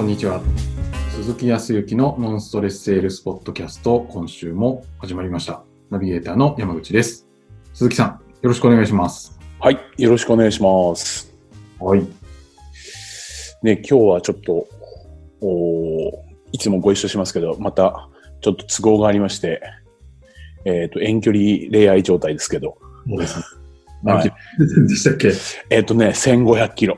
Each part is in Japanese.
にちは。鈴木康之のノンストレスセールスポッドキャスト、今週も始まりました。ナビゲーターの山口です。鈴木さん、よろしくお願いします。 はい、よろしくお願いします。 はい。 ね、今日はちょっと、いつもご一緒しますけど、またちょっと都合がありまして、遠距離恋愛状態ですけど。 そうですね。何キロでしたっけ ？1500キロ。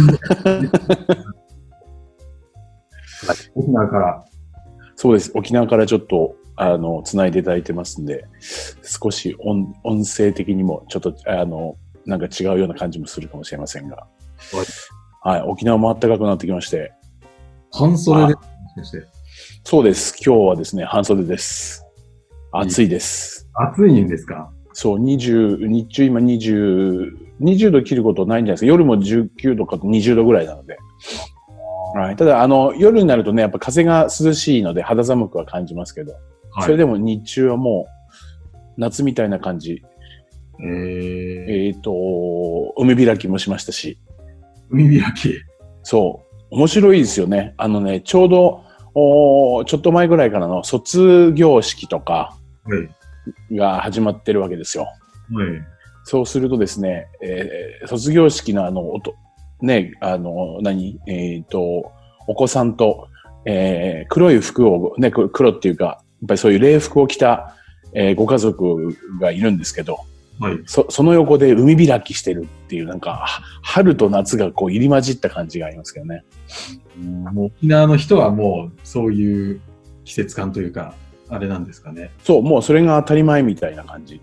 沖縄から。 そうです。沖縄からちょっと、つないでいただいてますんで、少し音声的にもちょっと、なんか違うような感じもするかもしれませんが。はい。沖縄も暖かくなってきまして。 半袖でもしかして。 そうです。今日はですね、半袖です。暑いです。 暑いんですか？ そう、日中今20度切ることないんじゃないですか。夜も19度か20度ぐらいなので。はい。ただ、夜になるとね、やっぱ風が涼しいので肌寒くは感じますけど、はい、それでも日中はもう夏みたいな感じ。海開きもしましたし。 海開き？ そう。面白いですよね。ちょうど、ちょっと前ぐらいからの卒業式とかが始まってるわけですよ。 はい、 そうするとですね、卒業式のね、お子さんと、黒い服を、ね、黒っていうか、やっぱりそういう礼服を着た、ご家族がいるんですけど、はい、その横で海開きしてるっていう、なんか、春と夏がこう入り混じった感じがありますけどね。 もう沖縄の人はもうそういう季節感というか、あれなんですかね。 そう、もうそれが当たり前みたいな感じ。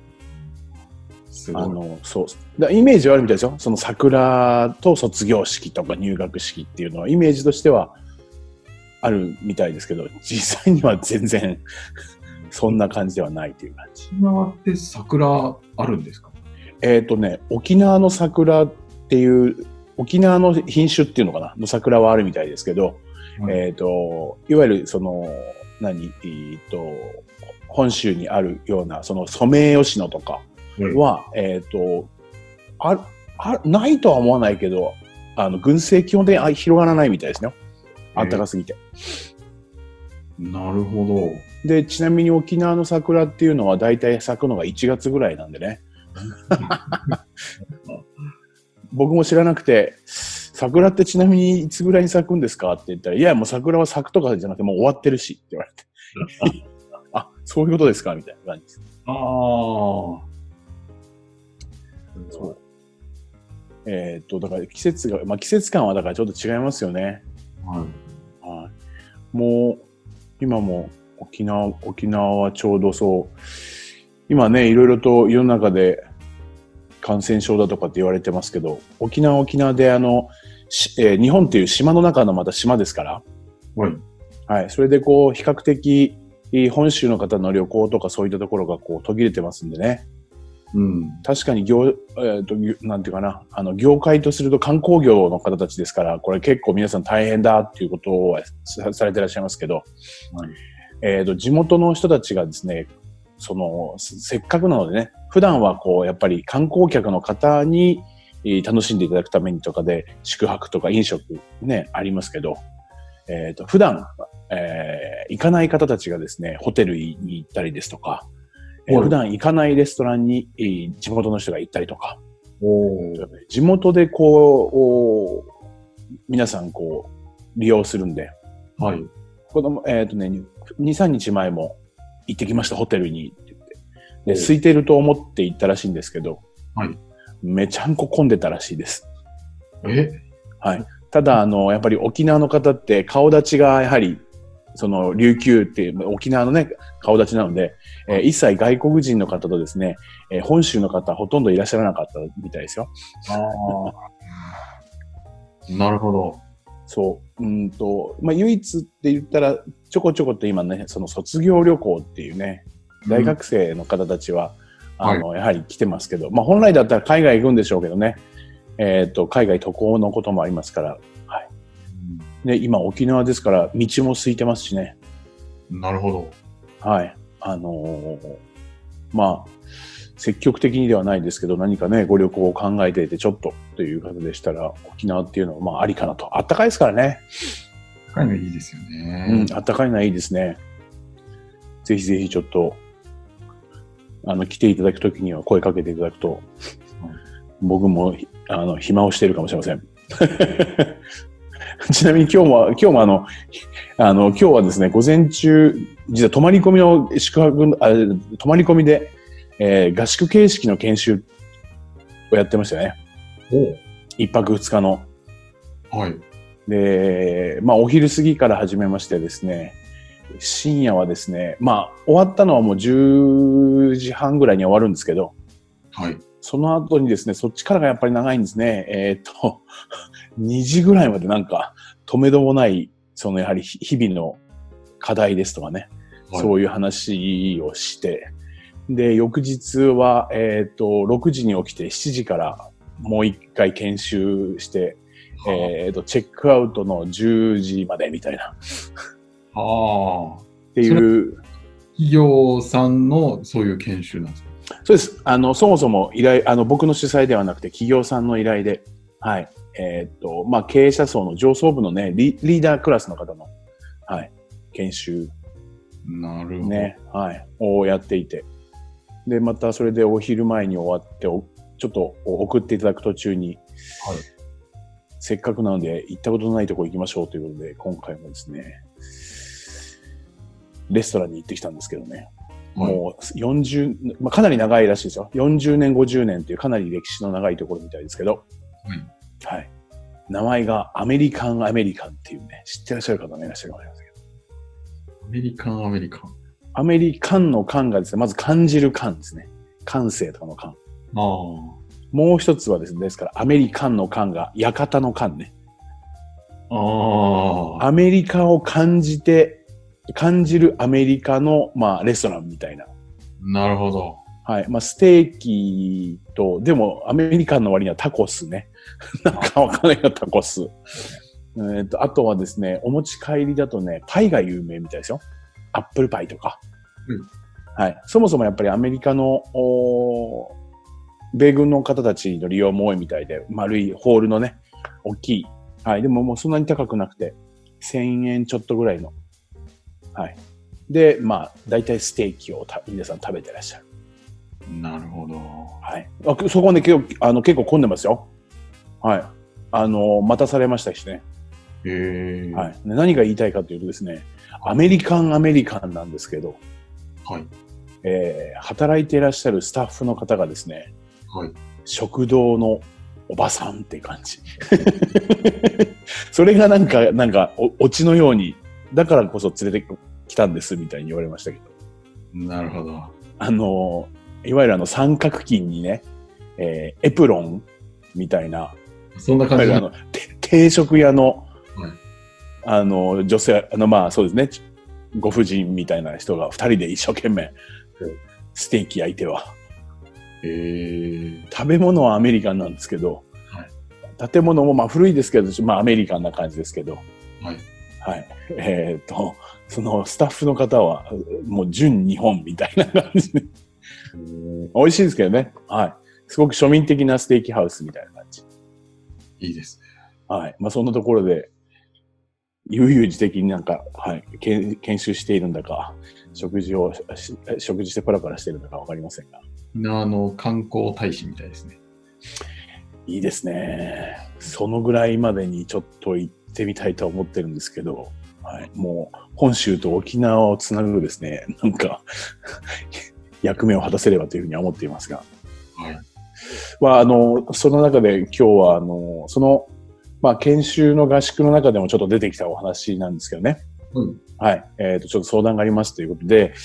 そうだイメージはあるみたいですよ。その桜と卒業式とか入学式っていうのはイメージとしてはあるみたいですけど、実際には全然そんな感じではないという感じ。 沖縄って桜あるんですか？ 沖縄の桜っていう沖縄の品種っていうのかなの桜はあるみたいですけど、いわゆるその本州にあるようなそのソメイヨシノとかは、ないとは思わないけど、群生基本的に広がらないみたいですね。暖かすぎて。 なるほど。 で、ちなみに沖縄の桜っていうのは大体咲くのが1月ぐらいなんでね。僕も知らなくて、桜ってちなみにいつぐらいに咲くんですかって言ったら、いや、もう桜は咲くとかじゃなくてもう終わってるしって言われて。あ、そういうことですかみたいな感じです。そう。だから季節感はだからちょっと違いますよね。はい。もう、今も沖縄はちょうどそう、今ね、いろいろと世の中で感染症だとかって言われてますけど、沖縄で日本っていう島の中のまた島ですから、はい。それでこう、比較的、本州の方の旅行とかそういったところがこう途切れてますんでね。確かになんていうかな、業界とすると観光業の方たちですから、これ結構皆さん大変だっていうことをされてらっしゃいますけど、地元の人たちがですね、せっかくなのでね、普段はこう、やっぱり観光客の方に楽しんでいただくためにとかで、宿泊とか飲食ね、ありますけど、普段、行かない方たちがですね、ホテルに行ったりですとか、普段行かないレストランに地元の人が行ったりとか、地元でこう、皆さんこう、利用するんで、はい。この、2、3日前も行ってきました、ホテルにって言って。で、空いてると思って行ったらしいんですけど、はい。めちゃんこ混んでたらしいです。はい。ただ、やっぱり沖縄の方って顔立ちがやはり、琉球っていう沖縄のね、顔立ちなので、一切外国人の方とですね、本州の方ほとんどいらっしゃらなかったみたいですよ。 なるほど。 そう。唯一って言ったら、ちょこちょこっと今ね、その卒業旅行っていうね、大学生の方たちは、やはり来てますけど、本来だったら海外行くんでしょうけどね、海外渡航のこともありますから、はい。で、今沖縄ですから道も空いてますしね。 なるほど。 はい。積極的にではないですけど、何かね、ご旅行を考えていてちょっとという方でしたら、沖縄っていうのはありかなと。あったかいですからね。 かいのいいですよね。 あったかいのはいいですね。ぜひぜひちょっと、来ていただくときには声かけていただくと、僕も、暇をしているかもしれません。ちなみに今日も今日はですね、午前中、実は泊まり込みの泊まり込みで、合宿形式の研修をやってましたよね。一泊二日の。 はい。 で、お昼過ぎから始めましてですね、深夜はですね、終わったのはもう10時半ぐらいに終わるんですけど、 はい。 その後にですね、そっちからがやっぱり長いんですね。2時ぐらいまでなんか、止めどもない、やはり日々の課題ですとかね、 はい、 そういう話をして、で、翌日は、6時に起きて7時からもう一回研修して、チェックアウトの10時までみたいな。っていう。 企業さんのそういう研修なんですか？ そうです。そもそも僕の主催ではなくて企業さんの依頼で、はい。経営者層の上層部のね、リーダークラスの方の、はい、研修。 なるほど。 ね、はい、をやっていて。で、またそれでお昼前に終わって、ちょっと送っていただく途中に、はい、せっかくなので行ったことのないところ行きましょうということで、今回もですね、レストランに行ってきたんですけどね。はい、もう40、かなり長いらしいですよ。40年、50年というかなり歴史の長いところみたいですけど、はい。名前がアメリカンっていうね、知ってらっしゃる方もいらっしゃるかもしれませんけど。 アメリカン。 アメリカンのカンがですね、まず感じるカンですね。感性とかのカン。もう一つはですから、アメリカンのカンが館のカンね。アメリカを感じるアメリカの、レストランみたいな。 なるほど。 はい。ステーキと、でもアメリカンの割にはタコスね。なんかわかんないよ、タコス。あとはですね、お持ち帰りだとね、パイが有名みたいですよ。アップルパイとか。はい。そもそもやっぱりアメリカの、米軍の方たちの利用も多いみたいで、丸いホールのね、大きい。はい。でももうそんなに高くなくて、1000円ちょっとぐらいの。はい。で、だいたいステーキを皆さん食べてらっしゃる。 なるほど。 はい。そこはね、結構混んでますよ。はい。待たされましたしね。はい。何が言いたいかというとですね、アメリカンなんですけど、 はい。 働いていらっしゃるスタッフの方がですね、 はい。 食堂のおばさんって感じ。それがなんか、オチのように、だからこそ連れてきたんですみたいに言われましたけど。 なるほど。 いわゆる三角巾にね、エプロンみたいな。 そんな感じで。 定食屋の、女性、そうですね、ご婦人みたいな人が二人で一生懸命、ステーキ焼いては。食べ物はアメリカンなんですけど、建物も古いですけど、アメリカンな感じですけど、はい。そのスタッフの方は、もう純日本みたいな感じで。美味しいですけどね。はい。すごく庶民的なステーキハウスみたいな感じ。 いいですね。 はい。そんなところで、悠々自適になんか、はい、研修しているんだか、食事してパラパラしてるんだかわかりませんが。 観光大使みたいですね。 いいですね。そのぐらいまでにちょっと行ってみたいと思ってるんですけど、はい。もう、本州と沖縄をつなぐですね、なんか、役目を果たせればというふうには思っていますが。 はい。 その中で今日は、研修の合宿の中でもちょっと出てきたお話なんですけどね。はい。ちょっと相談がありますということで、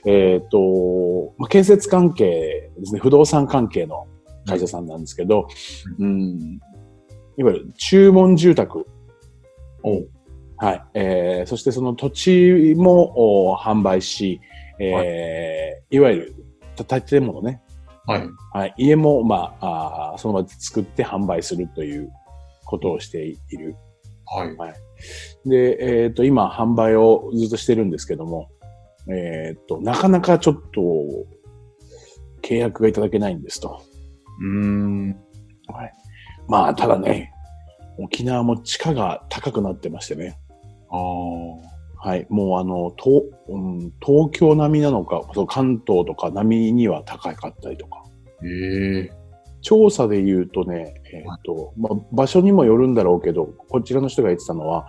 建設関係ですね、不動産関係の会社さんなんですけど、いわゆる注文住宅。はい。そしてその土地も販売し、いわゆる建物ね。 はい。 はい。家も、その場で作って販売するということをしている。 はい。 はい。で、今、販売をずっとしてるんですけども、なかなかちょっと、契約がいただけないんですと。はい。ただね、沖縄も地価が高くなってましてね。 ああ。 はい。もう東京並みなのか、そう関東とか並みには高かったりとか。 ええ。 調査で言うとね、まあ、場所にもよるんだろうけど、こちらの人が言ってたのは、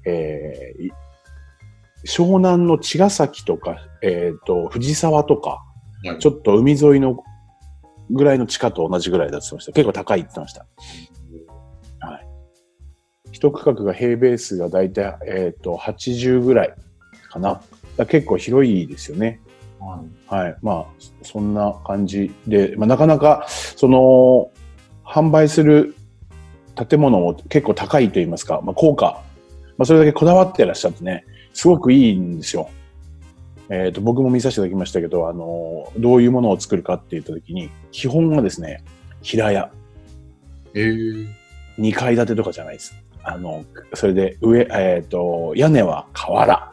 湘南の茅ヶ崎とか、藤沢とか、 はい、 ちょっと海沿いのぐらいの地価と同じぐらいだって言ってました。結構高いって言ってました。はい。一区画が平米数がだいたい、80ぐらいかな。だ結構広いですよね。はい。まあ、そんな感じで、まあ、なかなか、販売する建物も結構高いと言いますか、まあ、高価。まあ、それだけこだわってらっしゃってね、すごくいいんですよ。僕も見させていただきましたけど、どういうものを作るかって言ったときに、基本はですね、平屋。2階建てとかじゃないです。それで屋根は瓦。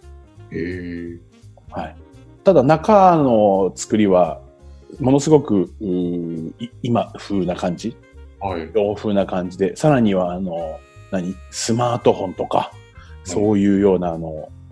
はい。ただ中の作りは、ものすごく、今風な感じ。はい。洋風な感じで、さらには、スマートフォンとか、そういうような、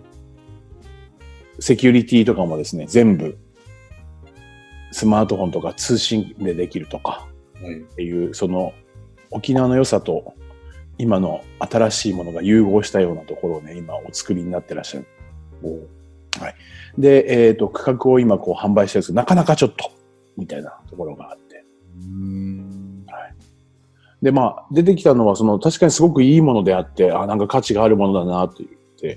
セキュリティとかもですね、全部、スマートフォンとか通信でできるとか、っていう、沖縄の良さと、今の新しいものが融合したようなところをね、今お作りになってらっしゃる。はい。で、区画を今こう販売してるんですけど、なかなかちょっと、みたいなところがあって。はい。で、まあ、出てきたのは、確かにすごくいいものであって、なんか価値があるものだな、と言って。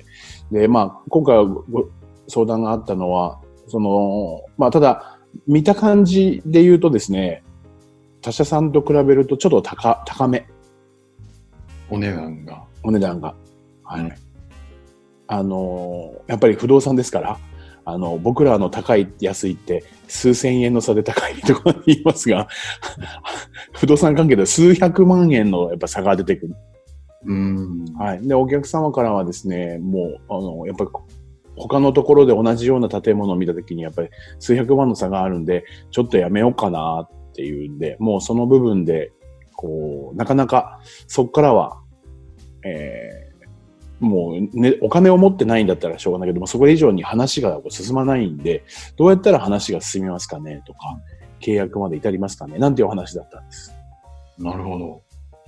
で、まあ、今回は相談があったのは、まあ、ただ、見た感じで言うとですね、他社さんと比べるとちょっと高め。 お値段が。 はい。やっぱり不動産ですから、僕らの高い安いって数千円の差で高いとか言いますが、不動産関係では数百万円のやっぱ差が出てくる。はい。で、お客様からはですね、もう、やっぱり他のところで同じような建物を見たときにやっぱり数百万の差があるんで、ちょっとやめようかなっていうんで、もうその部分で、こう、なかなかそこからは、もうね、お金を持ってないんだったらしょうがないけども、そこ以上に話が進まないんで、どうやったら話が進みますかねとか、契約まで至りますかねなんていうお話だったんです。 なるほど。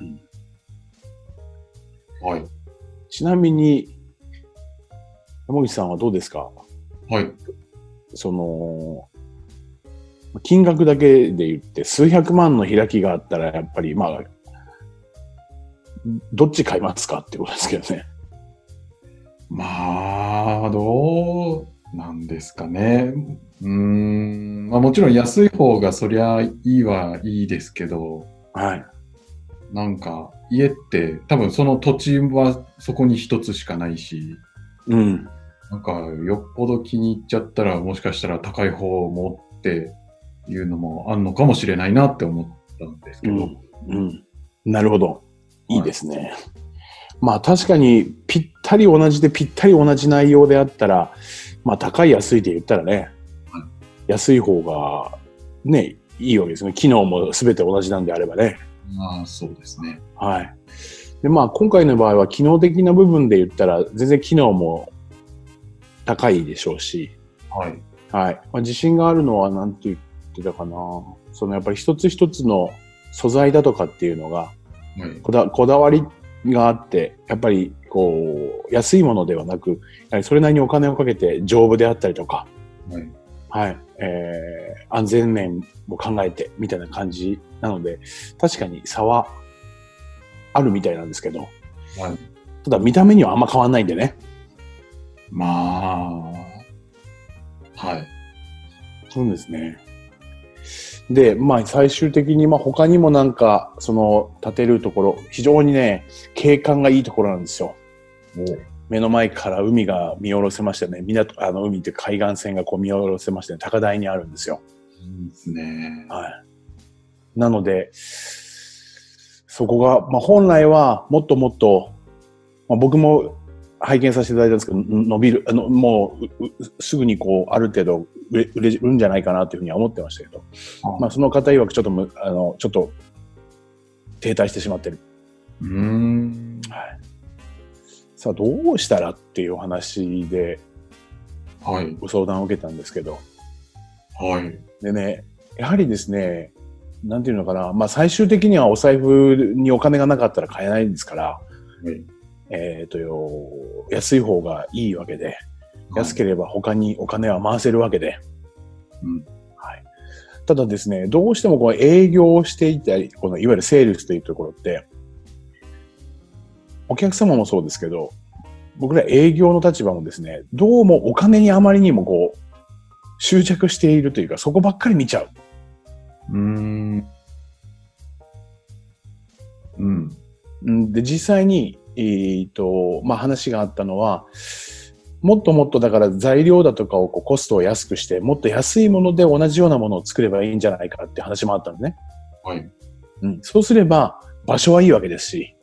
はい。 ちなみに、山口さんはどうですか？ はい。 金額だけで言って数百万の開きがあったら、やっぱりまあ、どっち買いますかってことですけどね。 まあ、どうなんですかね。まあもちろん安い方がそりゃいいはいいですけど、 はい。 なんか家って多分その土地はそこに一つしかないし、なんかよっぽど気に入っちゃったらもしかしたら高い方を持っていうのもあんのかもしれないなって思ったんですけど。 なるほど。いいですね。はい、まあ確かにぴったり同じでぴったり同じ内容であったら、まあ高い安いで言ったらね、安い方がね、いいわけですね。機能も全て同じなんであればね。 そうですね。 はい。で、まあ今回の場合は機能的な部分で言ったら全然機能も高いでしょうし。 はい。 はい。まあ、自信があるのは何て言ってたかな。やっぱり一つ一つの素材だとかっていうのが、こだわりがあって、やっぱりこう、安いものではなく、やはりそれなりにお金をかけて丈夫であったりとか、はい。安全面も考えてみたいな感じなので、確かに差はあるみたいなんですけど、ただ見た目にはあんま変わんないんでね。 まあ、はい。 そうですね。で、まあ最終的に他にもなんか、建てるところ、非常にね、景観がいいところなんですよ。目の前から海が見下ろせましてね、海って海岸線がこう見下ろせましてね、高台にあるんですよ。 いいですね。 はい。なので、そこが、まあ本来はもっともっと、まあ、僕も拝見させていただいたんですけど、伸びる、もう、すぐにこう、ある程度売れるんじゃないかなというふうには思ってましたけど、まあその方曰くちょっと停滞してしまってる。はい。 さあどうしたらっていうお話で、ご相談を受けたんですけど、でね、やはりですね、なんていうのかな、最終的にはお財布にお金がなかったら買えないんですから、安い方がいいわけで、安ければ他にお金は回せるわけで、ただですね、どうしてもこう営業をしていたり、このいわゆるセールスというところって、お客様もそうですけど、僕ら営業の立場もですね、どうもお金にあまりにもこう、執着しているというか、そこばっかり見ちゃう。で、実際に、話があったのは、もっともっとだから材料だとかをコストを安くして、もっと安いもので同じようなものを作ればいいんじゃないかって話もあったんですね。そうすれば場所はいいわけですし、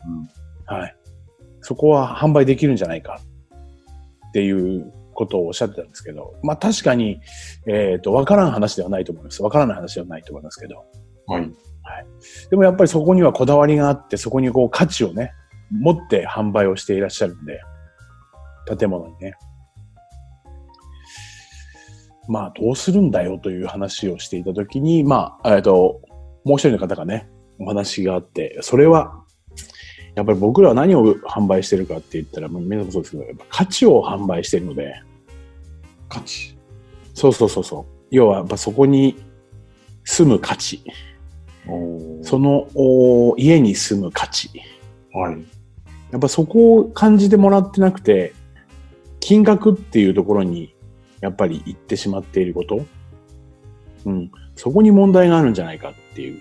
そこは販売できるんじゃないかっていうことをおっしゃってたんですけど、確かに、わからん話ではないと思います。わからない話ではないと思いますけど。でもやっぱりそこにはこだわりがあって、そこにこう価値をね、持って販売をしていらっしゃるんで、建物にね。どうするんだよという話をしていたときに、もう一人の方がね、お話があって、それは、やっぱり僕らは何を販売してるかって言ったら、皆さんもそうですけど、やっぱ価値を販売してるので。 価値。 そう。要は、やっぱそこに住む価値。その家に住む価値。やっぱそこを感じてもらってなくて、金額っていうところにやっぱり行ってしまっていること。そこに問題があるんじゃないかっていう。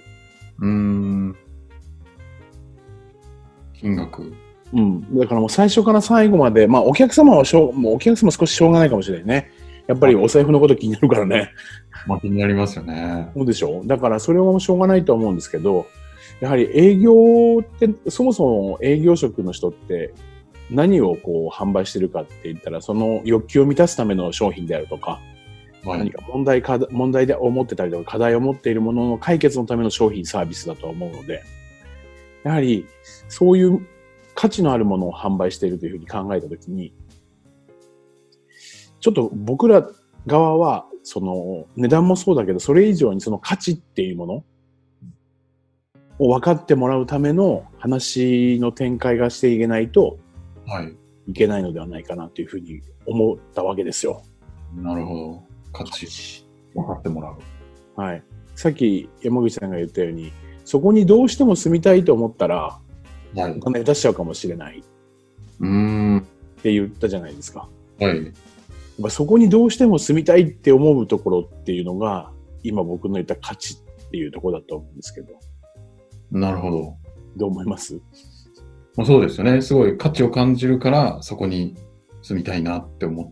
金額。 だからもう最初から最後まで、お客様はもうお客様少ししょうがないかもしれないね。やっぱりお財布のこと気になるからね。 気になりますよね。 そうでしょ。だからそれはしょうがないと思うんですけど、やはり営業って、そもそも営業職の人って何をこう販売してるかって言ったら、その欲求を満たすための商品であるとか、何か問題で思ってたりとか課題を持っているものの解決のための商品サービスだと思うので、やはりそういう価値のあるものを販売しているというふうに考えたときに、ちょっと僕ら側はその値段もそうだけど、それ以上にその価値っていうものを分かってもらうための話の展開がしていけないといけないのではないかなというふうに思ったわけですよ。 なるほど。価値分かってもらう。 さっき山口さんが言ったように、そこにどうしても住みたいと思ったら、お金出しちゃうかもしれないって言ったじゃないですか。そこにどうしても住みたいって思うところっていうのが、今僕の言った価値っていうところだと思うんですけど。 なるほど。 どう思います？ そうですよね。すごい価値を感じるから、そこに住みたいなって思って、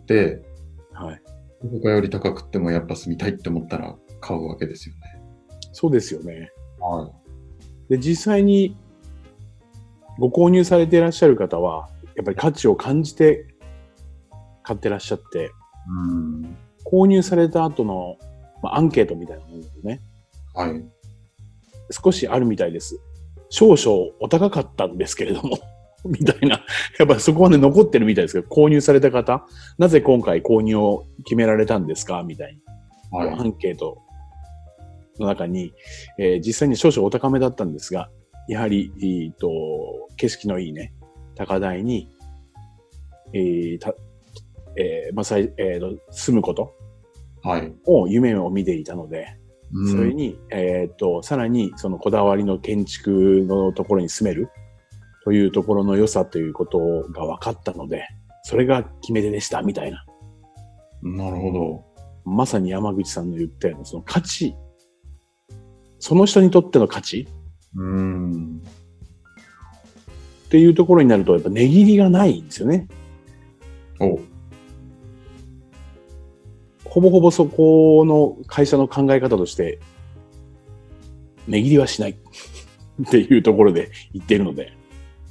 他より高くってもやっぱ住みたいって思ったら買うわけですよね。 そうですよね。で、実際にご購入されていらっしゃる方は、やっぱり価値を感じて買ってらっしゃって、購入された後の、アンケートみたいなものですね。少しあるみたいです。少々お高かったんですけれども、みたいな。やっぱりそこはね、残ってるみたいですけど、購入された方、なぜ今回購入を決められたんですかみたいな。アンケートの中に、実際に少々お高めだったんですが、やはり、景色のいいね、高台に、住むことを夢を見ていたので、それに、さらにそのこだわりの建築のところに住めるというところの良さということが分かったので、それが決め手でしたみたいな。 なるほど。 まさに山口さんの言ったようなその価値、その人にとっての価値っていうところになるとやっぱ値切りがないんですよね。ほぼほぼそこの会社の考え方として値切りはしないっていうところで言っているので、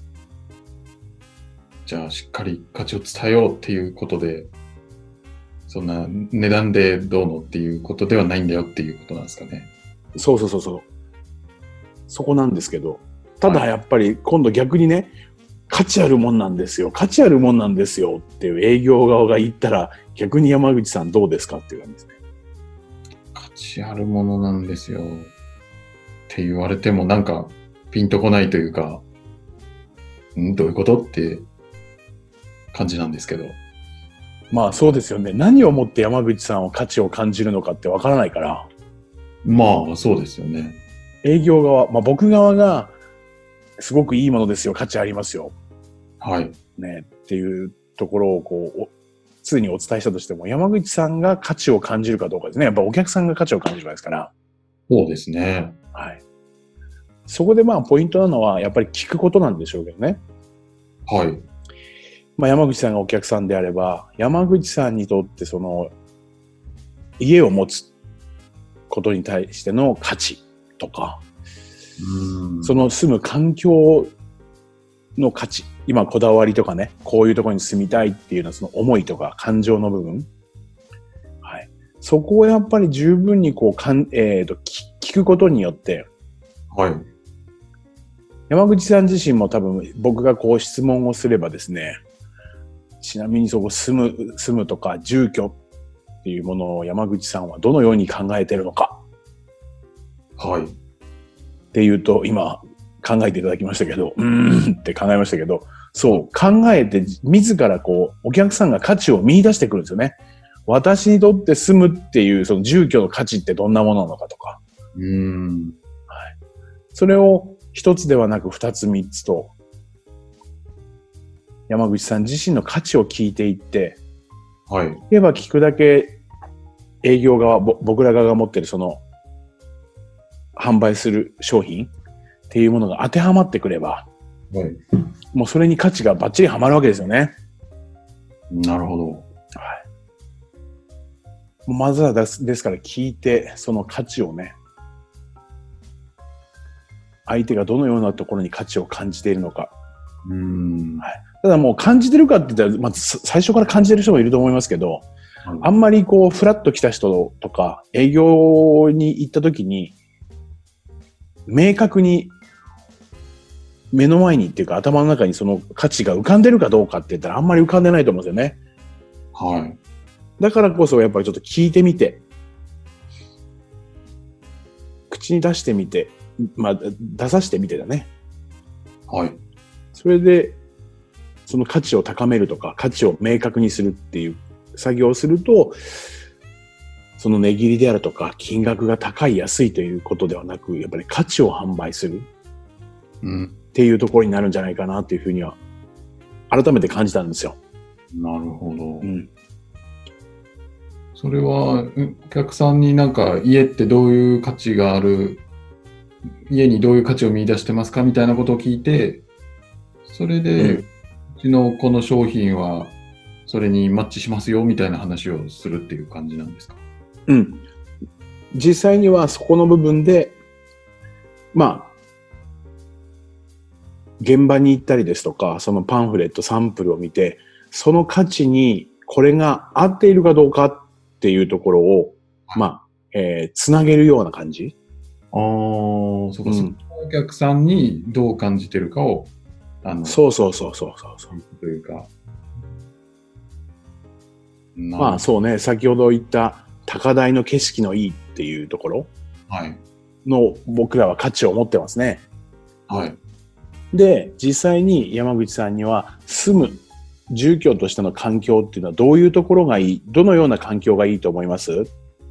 じゃあしっかり価値を伝えようっていうことで、そんな値段でどうのっていうことではないんだよっていうことなんですかね。 そう。そこなんですけど、ただやっぱり今度逆にね、 価値あるもんなんですよ。価値あるもんなんですよっていう営業側が言ったら、逆に山口さんどうですかっていう感じですね。 価値あるものなんですよ。って言われてもなんかピンとこないというか、どういうことって感じなんですけど。 まあそうですよね。何をもって山口さんは価値を感じるのかってわからないから。 まあそうですよね。 営業側、まあ僕側がすごくいいものですよ。価値ありますよ。 はい。 ね。っていうところをこう、常にお伝えしたとしても、山口さんが価値を感じるかどうかですね。やっぱお客さんが価値を感じるかですから。 そうですね。 はい。そこでまあポイントなのはやっぱり聞くことなんでしょうけどね。 はい。 まあ山口さんがお客さんであれば、山口さんにとってその家を持つことに対しての価値とか、その住む環境の価値、今こだわりとかね、こういうところに住みたいっていうのはその思いとか感情の部分。はい。そこをやっぱり十分にこう聞くことによって、 はい。 山口さん自身も多分僕がこう質問をすればですね、ちなみにそこ住むとか住居っていうものを山口さんはどのように考えているのか。 はい。 っていうと今考えていただきましたけど、って考えましたけど、そう考えて自らこうお客さんが価値を見出してくるんですよね。私にとって住むっていうその住居の価値ってどんなものなのかとか。はい。それを一つではなく二つ三つと山口さん自身の価値を聞いていって、 はい。 聞けば聞くだけ営業側、僕ら側が持っているその販売する商品っていうものが当てはまってくれば、はい、もうそれに価値がバッチリはまるわけですよね。 なるほど。はい。 もうまずはですから聞いて、その価値をね、相手がどのようなところに価値を感じているのか。はい、ただもう感じてるかって言ったら、まず最初から感じてる人もいると思いますけど、あんまりこう、フラッと来た人とか、営業に行った時に、明確に目の前にっていうか頭の中にその価値が浮かんでるかどうかって言ったらあんまり浮かんでないと思うんですよね。はい。だからこそやっぱりちょっと聞いてみて、口に出してみて、まあ出させてみてだね。はい。それでその価値を高めるとか価値を明確にするっていう作業をすると、その値切りであるとか金額が高い安いということではなく、やっぱり価値を販売するっていうところになるんじゃないかなっていうふうには改めて感じたんですよ。 なるほど。それはお客さんになんか家ってどういう価値がある、家にどういう価値を見出してますかみたいなことを聞いて、それで、うちのこの商品はそれにマッチしますよみたいな話をするっていう感じなんですか？ 実際にはそこの部分で、まあ、現場に行ったりですとか、そのパンフレット、サンプルを見て、その価値にこれが合っているかどうかっていうところを、まあ、つなげるような感じ。 そうか、そのお客さんにどう感じてるかを、 そうというか。 まあそうね、先ほど言った高台の景色のいいっていうところの僕らは価値を持ってますね。はい。で、実際に山口さんには住む住居としての環境っていうのはどういうところがいい、どのような環境がいいと思います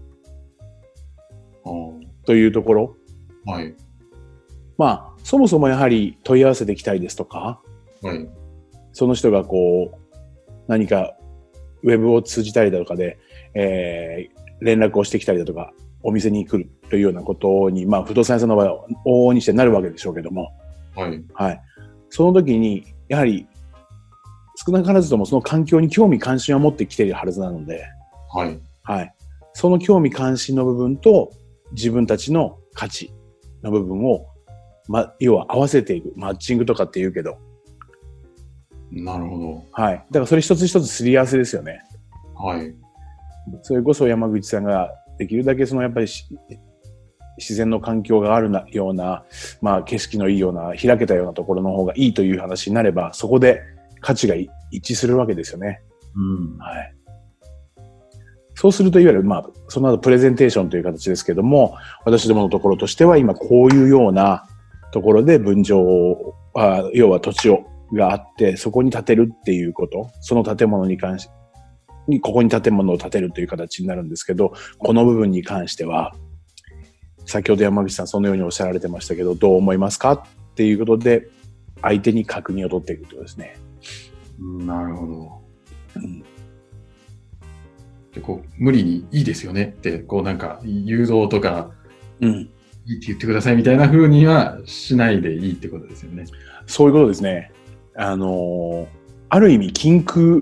というところ。はい。まあ、そもそもやはり問い合わせてきたりですとか、はい。その人がこう、何かウェブを通じたりだとかで、連絡をしてきたりだとか、お店に来るというようなことに、まあ、不動産屋さんの場合は往々にしてなるわけでしょうけども、はい。はい。その時に、やはり、少なからずともその環境に興味関心を持ってきているはずなので、はい。はい。その興味関心の部分と自分たちの価値の部分を、要は合わせていく。マッチングとかって言うけど。 なるほど。 はい。だからそれ一つ一つすり合わせですよね。 はい。 それこそ山口さんができるだけそのやっぱり自然の環境があるような、まあ景色のいいような、開けたようなところの方がいいという話になれば、そこで価値が一致するわけですよね。はい。そうすると、いわゆる、まあ、その後プレゼンテーションという形ですけども、私どものところとしては、今こういうようなところで分譲を、要は土地があって、そこに建てるっていうこと、その建物に関して、ここに建物を建てるという形になるんですけど、この部分に関しては、先ほど山口さんそのようにおっしゃられてましたけど、どう思いますかっていうことで、相手に確認を取っていくということですね。 なるほど。でこう無理にいいですよねって、こうなんか誘導とか、いいって言ってくださいみたいな風にはしないでいいってことですよね。 そういうことですね。ある意味禁句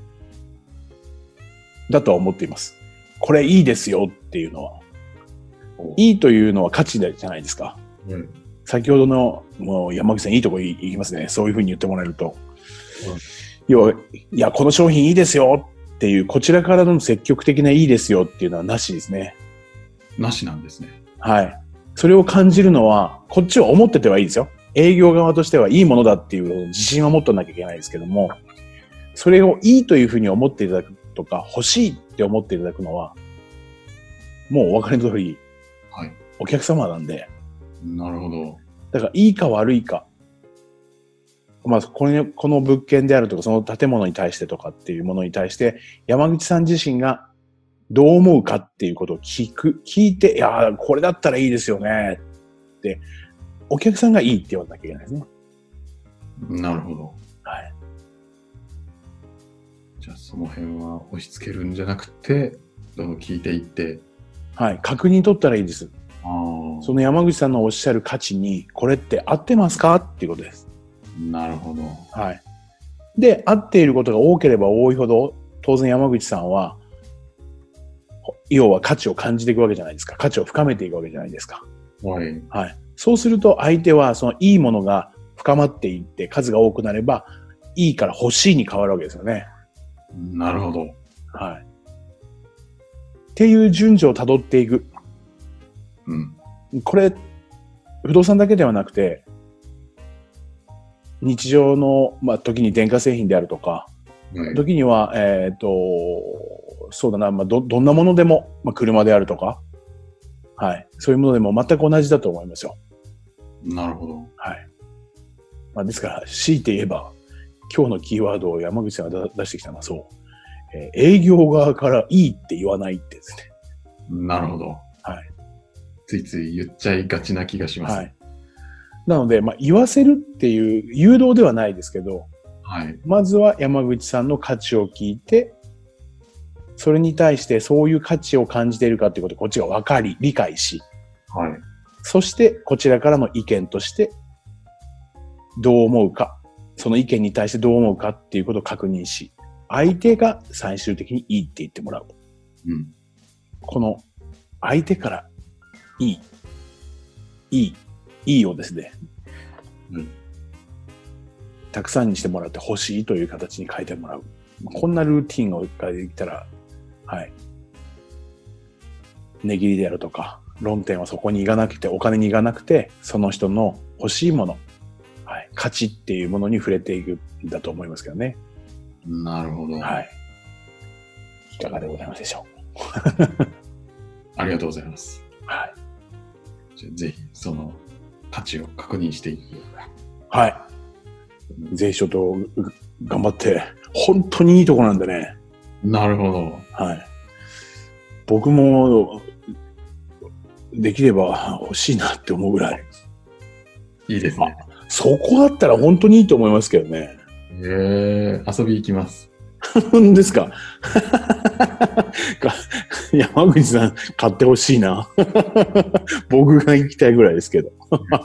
だとは思っています。これいいですよっていうのは。いいというのは価値じゃないですか。先ほどのもう山口さんいいとこ言いますね。そういうふうに言ってもらえると。要は、いや、この商品いいですよっていう、こちらからの積極的ないいですよっていうのはなしですね。 なしなんですね。 はい。それを感じるのは、こっちは思っててはいいですよ。営業側としてはいいものだっていう自信は持っとなきゃいけないですけども、それをいいというふうに思っていただくとか、欲しいって思っていただくのは、もうお分かりの通り、 はい。 お客様なんで。 なるほど。 だから、いいか悪いか。まあ、この物件であるとか、その建物に対してとかっていうものに対して、山口さん自身がどう思うかっていうことを聞いて、いやー、これだったらいいですよねって、お客さんがいいって言わなきゃいけないですね。 なるほど。 はい。 じゃあ、その辺は押し付けるんじゃなくて、どんどん聞いていって。 はい。確認取ったらいいです。その山口さんのおっしゃる価値に、これって合ってますかっていうことです。 なるほど。 はい。で、合っていることが多ければ多いほど、当然山口さんは、要は価値を感じていくわけじゃないですか。価値を深めていくわけじゃないですか。 はい。 はい。そうすると相手はそのいいものが深まっていって数が多くなれば、いいから欲しいに変わるわけですよね。 なるほど。 はい。っていう順序を辿っていく。これ、不動産だけではなくて、日常の、まあ、時に電化製品であるとか、時には、そうだな、まあ、どんなものでも、まあ、車であるとか、はい。そういうものでも全く同じだと思いますよ。 なるほど。 はい。まあ、ですから、強いて言えば、今日のキーワードを山口さんが出してきたのはそう。営業側からいいって言わないってですね。 なるほど。 はい。 ついつい言っちゃいがちな気がします。はい。 なので、まあ、言わせるっていう誘導ではないですけど、 はい。 まずは山口さんの価値を聞いて、それに対してそういう価値を感じているかということをこっちが分かり、理解し、 はい。 そしてこちらからの意見としてどう思うか、その意見に対してどう思うかっていうことを確認し、相手が最終的にいいって言ってもらう。この相手からいいをですね、たくさんにしてもらって欲しいという形に変えてもらう。こんなルーティンができたら、はい。値切りであるとか、論点はそこに行かなくて、お金に行かなくて、その人の欲しいもの、はい、価値っていうものに触れていくんだと思いますけどね。 なるほど。 はい。いかがでございますでしょう。ありがとうございます。 はい。 じゃあぜひ、その価値を確認していく。 はい。ぜひちょっと頑張って、本当にいいとこなんでね。 なるほど。 はい。僕も、できれば欲しいなって思うぐらい。 いいですね。 そこだったら本当にいいと思いますけどね。 遊び行きます。 ですか。山口さん買ってほしいな。僕が行きたいぐらいですけど。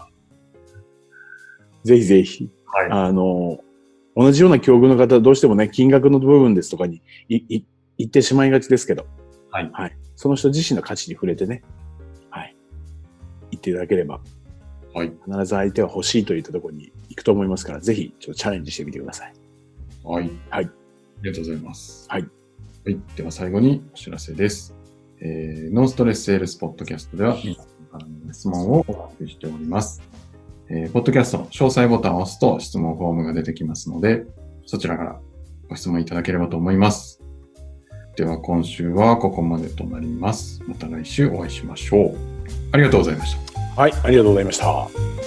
ぜひぜひ。はい、同じような境遇の方、どうしてもね、金額の部分ですとかに言ってしまいがちですけど。 はい。 はい。その人自身の価値に触れてね。はい。言っていただければ。はい。必ず相手は欲しいといったところに行くと思いますから、ぜひ、ちょっとチャレンジしてみてください。 はい。 はい。 ありがとうございます。 はい。 はい。では最後にお知らせです。ノンストレスセールスポッドキャストでは皆さんからの質問をお待ちしております。ポッドキャストの詳細ボタンを押すと質問フォームが出てきますので、そちらからご質問いただければと思います。では今週はここまでとなります。また来週お会いしましょう。ありがとうございました。 はい、ありがとうございました。